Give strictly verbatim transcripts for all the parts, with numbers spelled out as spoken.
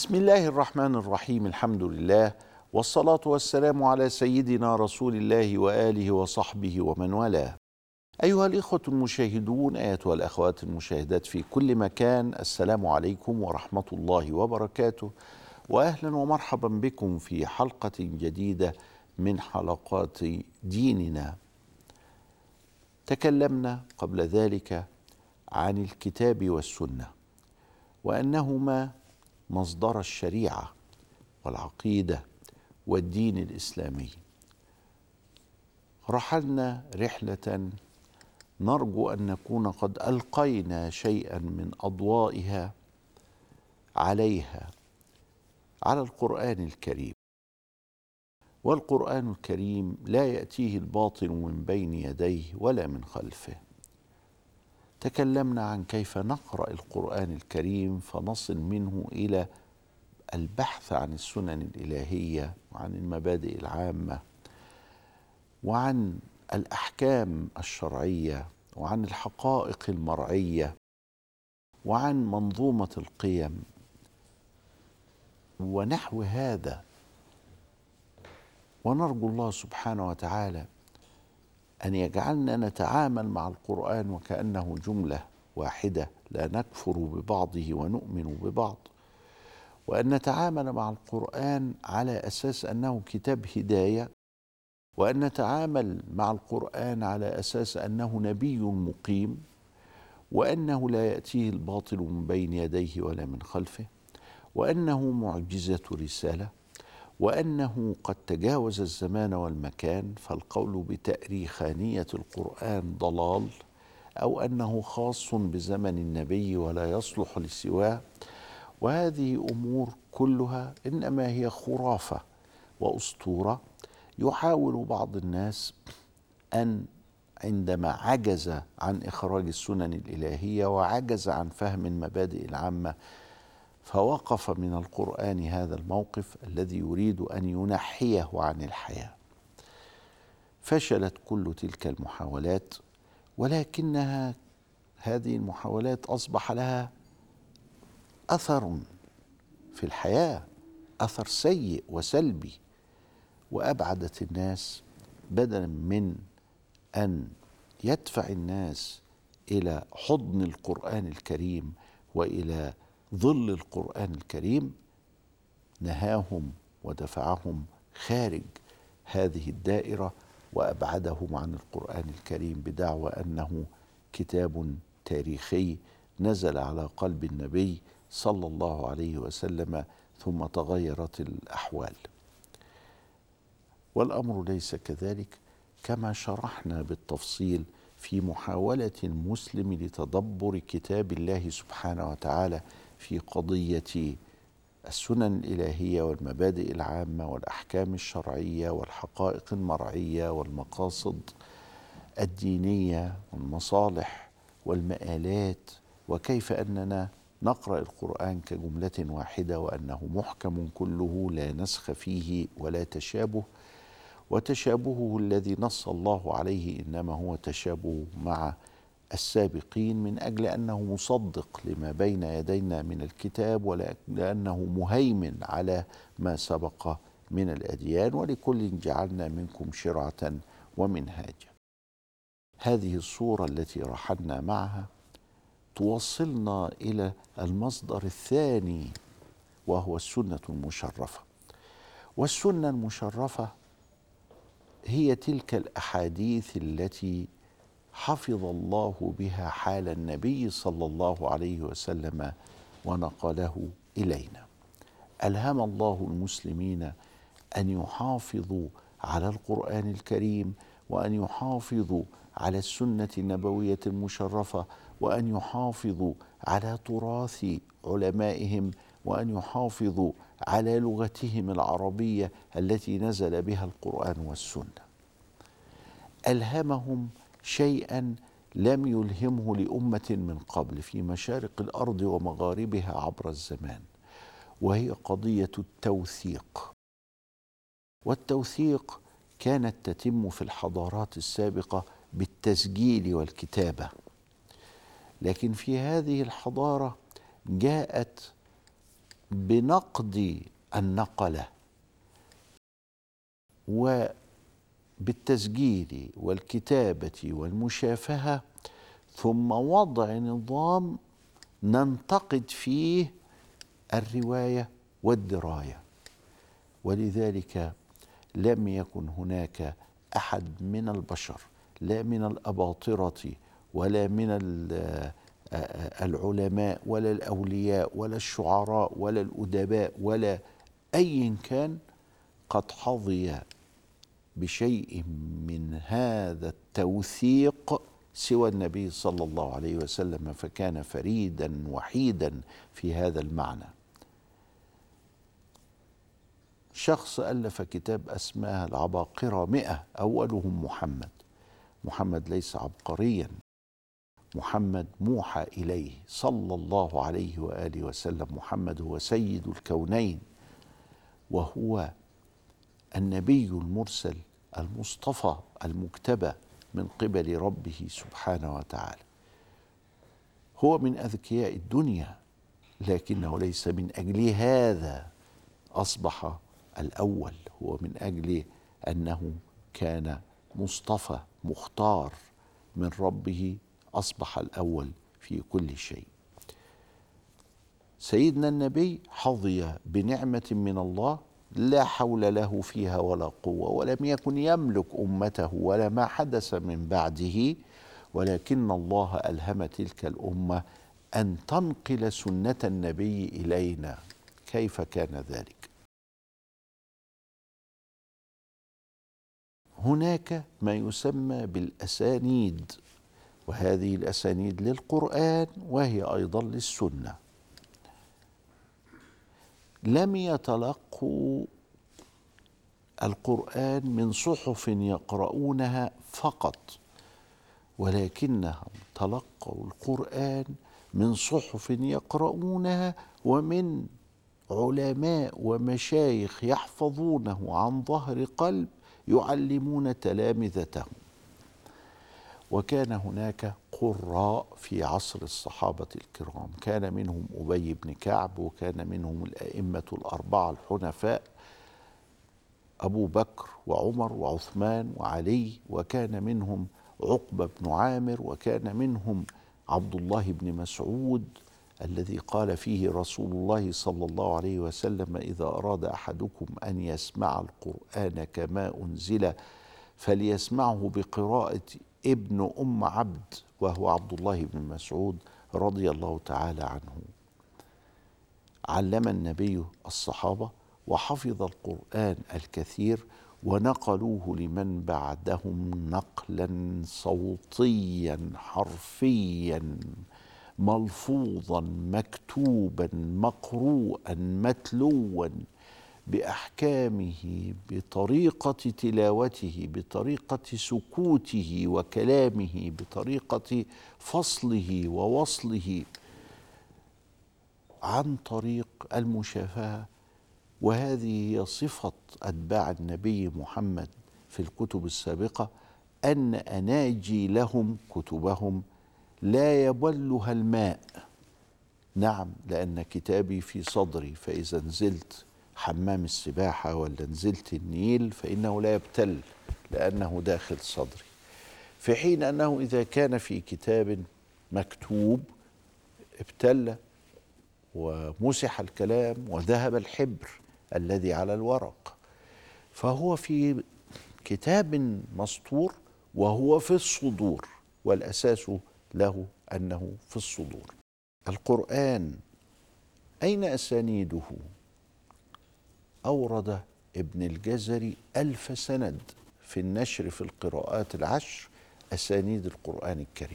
بسم الله الرحمن الرحيم. الحمد لله والصلاة والسلام على سيدنا رسول الله وآله وصحبه ومن والاه. أيها الإخوة المشاهدون، أيتها الأخوات المشاهدات في كل مكان، السلام عليكم ورحمة الله وبركاته، وأهلا ومرحبا بكم في حلقة جديدة من حلقات ديننا. تكلمنا قبل ذلك عن الكتاب والسنة وأنهما مصدر الشريعة والعقيدة والدين الإسلامي. رحلنا رحلة نرجو أن نكون قد ألقينا شيئا من أضوائها عليها، على القرآن الكريم. والقرآن الكريم لا يأتيه الباطل من بين يديه ولا من خلفه. تكلمنا عن كيف نقرأ القرآن الكريم فنصل منه إلى البحث عن السنن الإلهية وعن المبادئ العامة وعن الأحكام الشرعية وعن الحقائق المرعية وعن منظومة القيم ونحو هذا. ونرجو الله سبحانه وتعالى أن يجعلنا نتعامل مع القرآن وكأنه جملة واحدة، لا نكفر ببعضه ونؤمن ببعض، وأن نتعامل مع القرآن على أساس أنه كتاب هداية، وأن نتعامل مع القرآن على أساس أنه نبي مقيم، وأنه لا يأتيه الباطل من بين يديه ولا من خلفه، وأنه معجزة رسالة، وأنه قد تجاوز الزمان والمكان، فالقول بتأريخانية القرآن ضلال، أو أنه خاص بزمن النبي ولا يصلح لسواه. وهذه أمور كلها إنما هي خرافة وأسطورة يحاول بعض الناس أن عندما عجز عن إخراج السنن الإلهية وعجز عن فهم المبادئ العامة، فوقف من القرآن هذا الموقف الذي يريد أن ينحيه عن الحياة. فشلت كل تلك المحاولات، ولكنها هذه المحاولات أصبح لها أثر في الحياة، أثر سيء وسلبي، وأبعدت الناس بدلا من أن يدفع الناس إلى حضن القرآن الكريم وإلى ظل القرآن الكريم، نهاهم ودفعهم خارج هذه الدائرة وأبعدهم عن القرآن الكريم بدعوى أنه كتاب تاريخي نزل على قلب النبي صلى الله عليه وسلم ثم تغيرت الأحوال. والأمر ليس كذلك، كما شرحنا بالتفصيل في محاولة المسلم لتدبر كتاب الله سبحانه وتعالى في قضية السنن الإلهية والمبادئ العامة والأحكام الشرعية والحقائق المرعية والمقاصد الدينية والمصالح والمآلات، وكيف أننا نقرأ القرآن كجملة واحدة وأنه محكم كله لا نسخ فيه ولا تشابه، وتشابهه الذي نص الله عليه إنما هو تشابه مع السابقين من أجل أنه مصدق لما بين يدينا من الكتاب، ولأنه مهيمن على ما سبق من الأديان، ولكل جعلنا منكم شرعة ومنهاجا. هذه الصورة التي رحلنا معها توصلنا إلى المصدر الثاني، وهو السنة المشرفة. والسنة المشرفة هي تلك الأحاديث التي حفظ الله بها حال النبي صلى الله عليه وسلم ونقله إلينا. ألهم الله المسلمين أن يحافظوا على القرآن الكريم، وأن يحافظوا على السنة النبوية المشرفة، وأن يحافظوا على تراث علمائهم، وأن يحافظوا على لغتهم العربية التي نزل بها القرآن والسنة. ألهمهم شيئا لم يلهمه لأمة من قبل في مشارق الأرض ومغاربها عبر الزمان، وهي قضية التوثيق. والتوثيق كانت تتم في الحضارات السابقة بالتسجيل والكتابة، لكن في هذه الحضارة جاءت بنقد النقلة وبالتسجيل والكتابة والمشافهة، ثم وضع نظام ننتقد فيه الرواية والدراية. ولذلك لم يكن هناك أحد من البشر، لا من الأباطرة ولا من العلماء ولا الأولياء ولا الشعراء ولا الأدباء ولا أي كان، قد حظي بشيء من هذا التوثيق سوى النبي صلى الله عليه وسلم، فكان فريدا وحيدا في هذا المعنى. شخص ألف كتاب أسماه العباقرة مئة، أولهم محمد. محمد ليس عبقريا، محمد موحى إليه صلى الله عليه وآله وسلم. محمد هو سيد الكونين، وهو النبي المرسل المصطفى المجتبى من قبل ربه سبحانه وتعالى. هو من أذكياء الدنيا، لكنه ليس من أجل هذا أصبح الأول. هو من أجل أنه كان مصطفى مختار من ربه، أصبح الأول في كل شيء. سيدنا النبي حظي بنعمة من الله لا حول له فيها ولا قوة، ولم يكن يملك أمته ولا ما حدث من بعده، ولكن الله ألهم تلك الأمة أن تنقل سنة النبي إلينا. كيف كان ذلك؟ هناك ما يسمى بالأسانيد، وهذه الأسانيد للقرآن وهي أيضا للسنة. لم يتلقوا القرآن من صحف يقرؤونها فقط، ولكنهم تلقوا القرآن من صحف يقرؤونها ومن علماء ومشايخ يحفظونه عن ظهر قلب يعلمون تلامذتهم. وكان هناك قراء في عصر الصحابة الكرام، كان منهم أبي بن كعب، وكان منهم الأئمة الأربعة الحنفاء أبو بكر وعمر وعثمان وعلي، وكان منهم عقبة بن عامر، وكان منهم عبد الله بن مسعود الذي قال فيه رسول الله صلى الله عليه وسلم: إذا أراد أحدكم أن يسمع القرآن كما أنزل فليسمعه بقراءة ابن أم عبد، وهو عبد الله بن مسعود رضي الله تعالى عنه. علم النبي الصحابة وحفظ القرآن الكثير، ونقلوه لمن بعدهم نقلا صوتيا حرفيا ملفوظا مكتوبا مقروءا متلوا بأحكامه، بطريقة تلاوته، بطريقة سكوته وكلامه، بطريقة فصله ووصله، عن طريق المشافهة. وهذه هي صفة أتباع النبي محمد في الكتب السابقة، أن أناجي لهم كتبهم لا يبلها الماء. نعم، لأن كتابي في صدري، فإذا نزلت حمام السباحة ولا نزلت النيل فإنه لا يبتل لأنه داخل صدري، في حين أنه إذا كان في كتاب مكتوب ابتل ومسح الكلام وذهب الحبر الذي على الورق. فهو في كتاب مسطور وهو في الصدور، والأساس له أنه في الصدور. القرآن أين أسانيده؟ أورد ابن الجزري ألف سند في النشر في القراءات العشر أسانيد القرآن الكريم.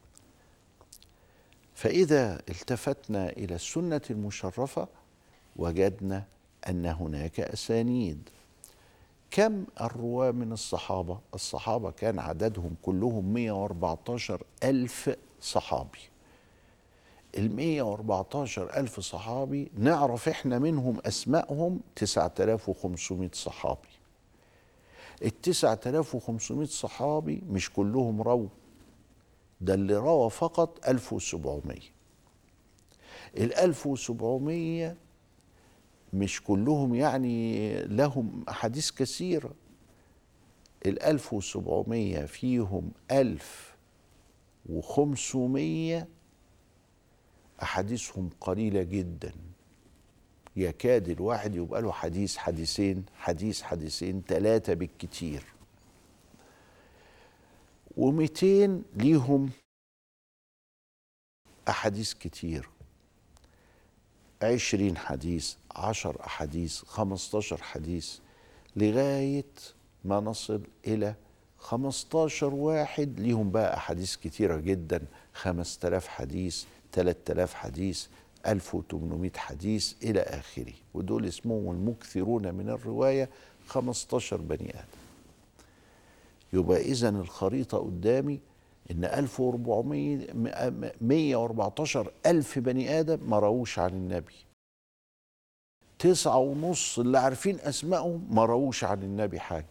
فإذا التفتنا إلى السنة المشرفة وجدنا أن هناك أسانيد. كم الرواة من الصحابة؟ الصحابة كان عددهم كلهم مئة وأربعة عشر ألف صحابي. المئة وأربعة عشر ألف صحابي نعرف إحنا منهم أسمائهم تسعة آلاف وخمسمائة صحابي. التسعة آلاف وخمسمائة صحابي مش كلهم رووا، ده اللي روى فقط ألف وسبعمائة. الألف وسبعمائة مش كلهم يعني لهم أحاديث كثيرة. الألف وسبعمية فيهم ألف وخمسمية أحاديثهم قليلة جدا، يكاد الواحد يبقى له حديث حديثين، حديث حديثين، ثلاثة بالكتير. ومئتين ليهم أحاديث كتير، عشرين حديث، عشر أحاديث، خمستاشر حديث، لغاية ما نصل إلى خمستاشر واحد ليهم بقى أحاديث كتيرة جدا، خمس تلاف حديث، تلات تلاف حديث، ألف وتمنمية حديث إلى آخره. ودول اسمهم المكثرون من الرواية، خمستاشر بني آدم. يبقى إذن الخريطة قدامي إن ألف وأربعمية مية وأربعتاشر ألف بني آدم ما رووش عن النبي. تسعة ونص اللي عارفين أسمائهم ما رووش عن النبي حاجة.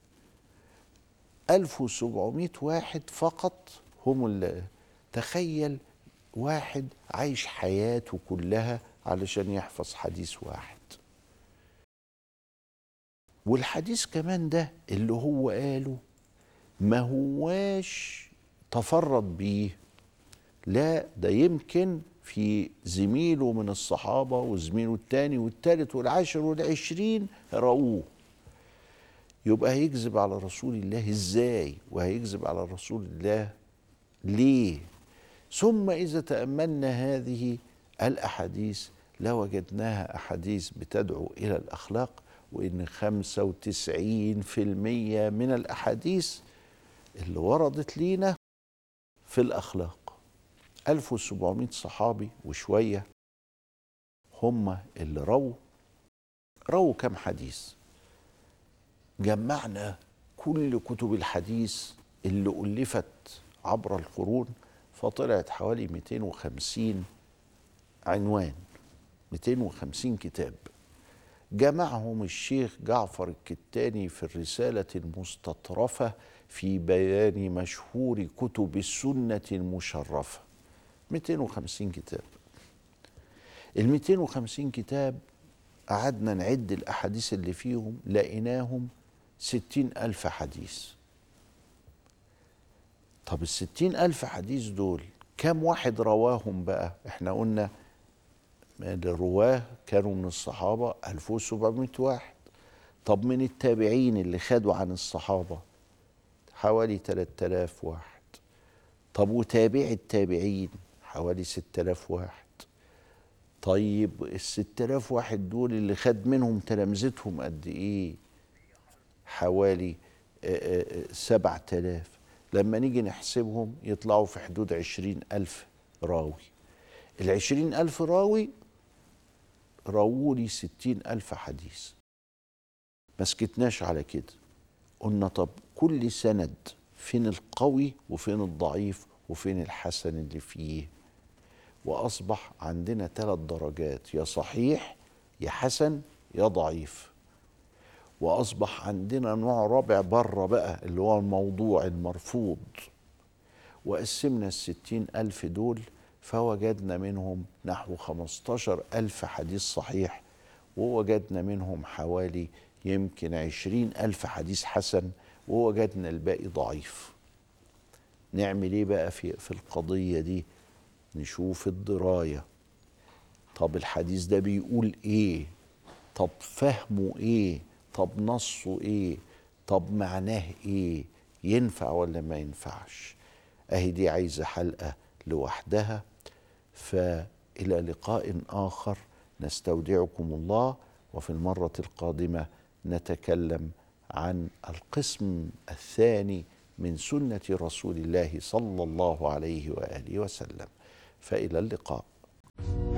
ألف وسبعمية واحد فقط هم اللي، تخيل واحد عايش حياته كلها علشان يحفظ حديث واحد. والحديث كمان ده اللي هو قاله ما هواش تفرد بيه، لا ده يمكن في زميله من الصحابة وزميله التاني والتالت والعاشر والعشرين رأوه. يبقى هيكذب على رسول الله ازاي؟ وهيكذب على رسول الله ليه؟ ثم إذا تأملنا هذه الأحاديث لوجدناها أحاديث بتدعو إلى الأخلاق، وإن خمسة وتسعين في المية من الأحاديث اللي وردت لينا في الأخلاق. ألف وسبعمية صحابي وشوية هم اللي رووا. رووا كم حديث؟ جمعنا كل كتب الحديث اللي ألفت عبر القرون فطلعت حوالي مئتين وخمسين عنوان، مئتين وخمسين كتاب. جمعهم الشيخ جعفر الكتاني في الرسالة المستطرفة في بيان مشهور كتب السنة المشرفة. مئتين وخمسين كتاب. ال مئتين وخمسين كتاب قعدنا نعد الأحاديث اللي فيهم، لقيناهم ستين ألف حديث. طب الستين ألف حديث دول كم واحد رواهم بقى؟ احنا قلنا الرواه كانوا من الصحابة ألف وسبعمية واحد. طب من التابعين اللي خدوا عن الصحابة حوالي تلات آلاف واحد. طب وتابع التابعين حوالي ستة آلاف واحد. طيب الستة آلاف واحد دول اللي خد منهم تلامذتهم قد ايه؟ حوالي سبعة آلاف. لما نيجي نحسبهم يطلعوا في حدود عشرين ألف راوي. العشرين ألف راوي رووا لي ستين ألف حديث. ما سكتناش على كده، قلنا طب كل سند فين القوي وفين الضعيف وفين الحسن اللي فيه؟ وأصبح عندنا ثلاث درجات، يا صحيح يا حسن يا ضعيف. وأصبح عندنا نوع رابع بره بقى اللي هو الموضوع المرفوض. وقسمنا الستين ألف دول فوجدنا منهم نحو خمستاشر ألف حديث صحيح، ووجدنا منهم حوالي يمكن عشرين ألف حديث حسن، ووجدنا الباقي ضعيف. نعمل ايه بقى في, في القضية دي؟ نشوف الدراية. طب الحديث ده بيقول ايه؟ طب فهمه ايه؟ طب نصه ايه؟ طب معناه ايه؟ ينفع ولا ما ينفعش؟ اهي دي عايزة حلقة لوحدها. فإلى لقاء آخر نستودعكم الله، وفي المرة القادمة نتكلم عن القسم الثاني من سنة رسول الله صلى الله عليه وآله وسلم. فإلى اللقاء.